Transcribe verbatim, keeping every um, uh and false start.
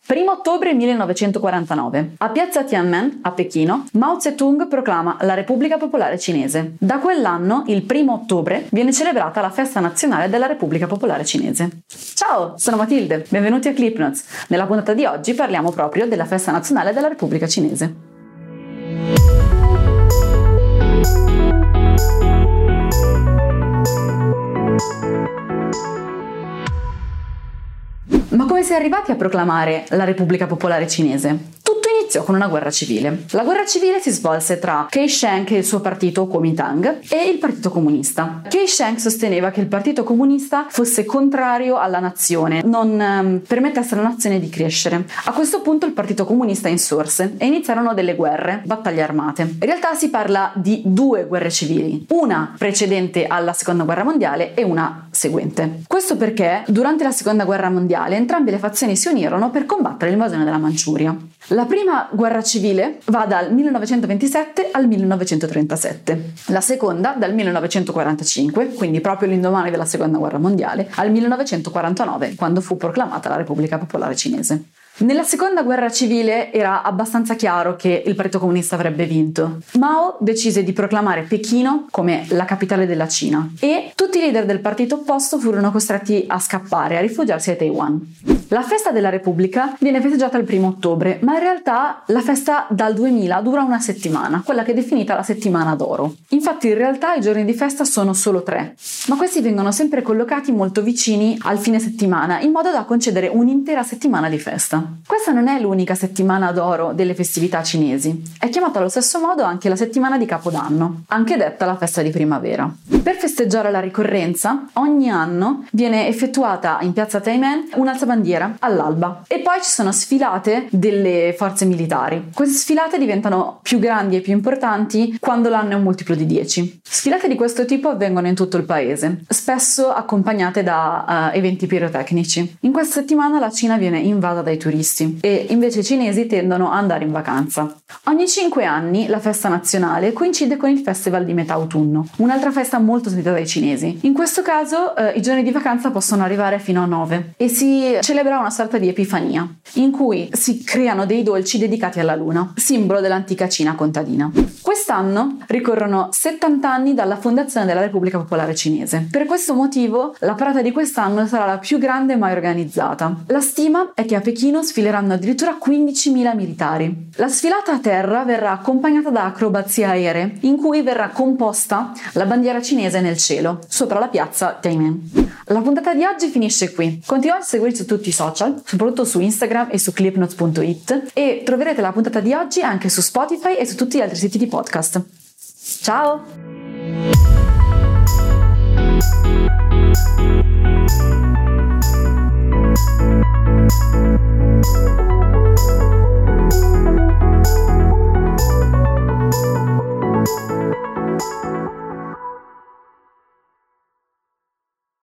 primo ottobre millenovecentoquarantanove. A piazza Tiananmen, a Pechino, Mao Zedong proclama la Repubblica Popolare Cinese. Da quell'anno, il primo ottobre, viene celebrata la festa nazionale della Repubblica Popolare Cinese. Ciao, sono Matilde, benvenuti a ClipNotes. Nella puntata di oggi parliamo proprio della festa nazionale della Repubblica Cinese. Ma come si è arrivati a proclamare la Repubblica Popolare Cinese? Tutto iniziò con una guerra civile. La guerra civile si svolse tra Kei Sheng e il suo partito Kuomintang e il Partito Comunista. Kei Sheng sosteneva che il Partito Comunista fosse contrario alla nazione, non ehm, permettesse alla nazione di crescere. A questo punto il Partito Comunista insorse e iniziarono delle guerre, battaglie armate. In realtà si parla di due guerre civili, una precedente alla Seconda Guerra Mondiale e una seguente. Questo perché durante la Seconda Guerra Mondiale entrambe le fazioni si unirono per combattere l'invasione della Manciuria. La prima guerra civile va dal millenovecentoventisette al millenovecentotrentasette, la seconda dal millenovecentoquarantacinque, quindi proprio l'indomani della Seconda Guerra Mondiale, al millenovecentoquarantanove, quando fu proclamata la Repubblica Popolare Cinese. Nella seconda guerra civile era abbastanza chiaro che il Partito Comunista avrebbe vinto. Mao decise di proclamare Pechino come la capitale della Cina e tutti i leader del partito opposto furono costretti a scappare, a rifugiarsi a Taiwan. La festa della Repubblica viene festeggiata il primo ottobre, ma in realtà la festa dal duemila dura una settimana, quella che è definita la settimana d'oro. Infatti in realtà i giorni di festa sono solo tre, ma questi vengono sempre collocati molto vicini al fine settimana, in modo da concedere un'intera settimana di festa. Questa non è l'unica settimana d'oro delle festività cinesi, è chiamata allo stesso modo anche la settimana di Capodanno, anche detta la festa di primavera. Per festeggiare la ricorrenza, ogni anno viene effettuata in piazza Tiananmen un'alzabandiera all'alba e poi ci sono sfilate delle forze militari. Queste sfilate diventano più grandi e più importanti quando l'anno è un multiplo di dieci. Sfilate di questo tipo avvengono in tutto il paese, spesso accompagnate da uh, eventi pirotecnici. In questa settimana la Cina viene invasa dai turisti e invece i cinesi tendono ad andare in vacanza. Ogni cinque anni la festa nazionale coincide con il Festival di metà autunno, un'altra festa molto sentita dai cinesi. In questo caso eh, i giorni di vacanza possono arrivare fino a nove e si celebra una sorta di epifania in cui si creano dei dolci dedicati alla luna, simbolo dell'antica Cina contadina. Quest'anno ricorrono settanta anni dalla fondazione della Repubblica Popolare Cinese. Per questo motivo la parata di quest'anno sarà la più grande mai organizzata. La stima è che a Pechino sfileranno addirittura quindicimila militari. La sfilata a terra verrà accompagnata da acrobazie aeree, in cui verrà composta la bandiera cinese nel cielo, sopra la piazza Tiananmen. La puntata di oggi finisce qui. Continuate a seguirci su tutti i social, soprattutto su Instagram e su clipnotes punto it, e troverete la puntata di oggi anche su Spotify e su tutti gli altri siti di podcast. Ciao!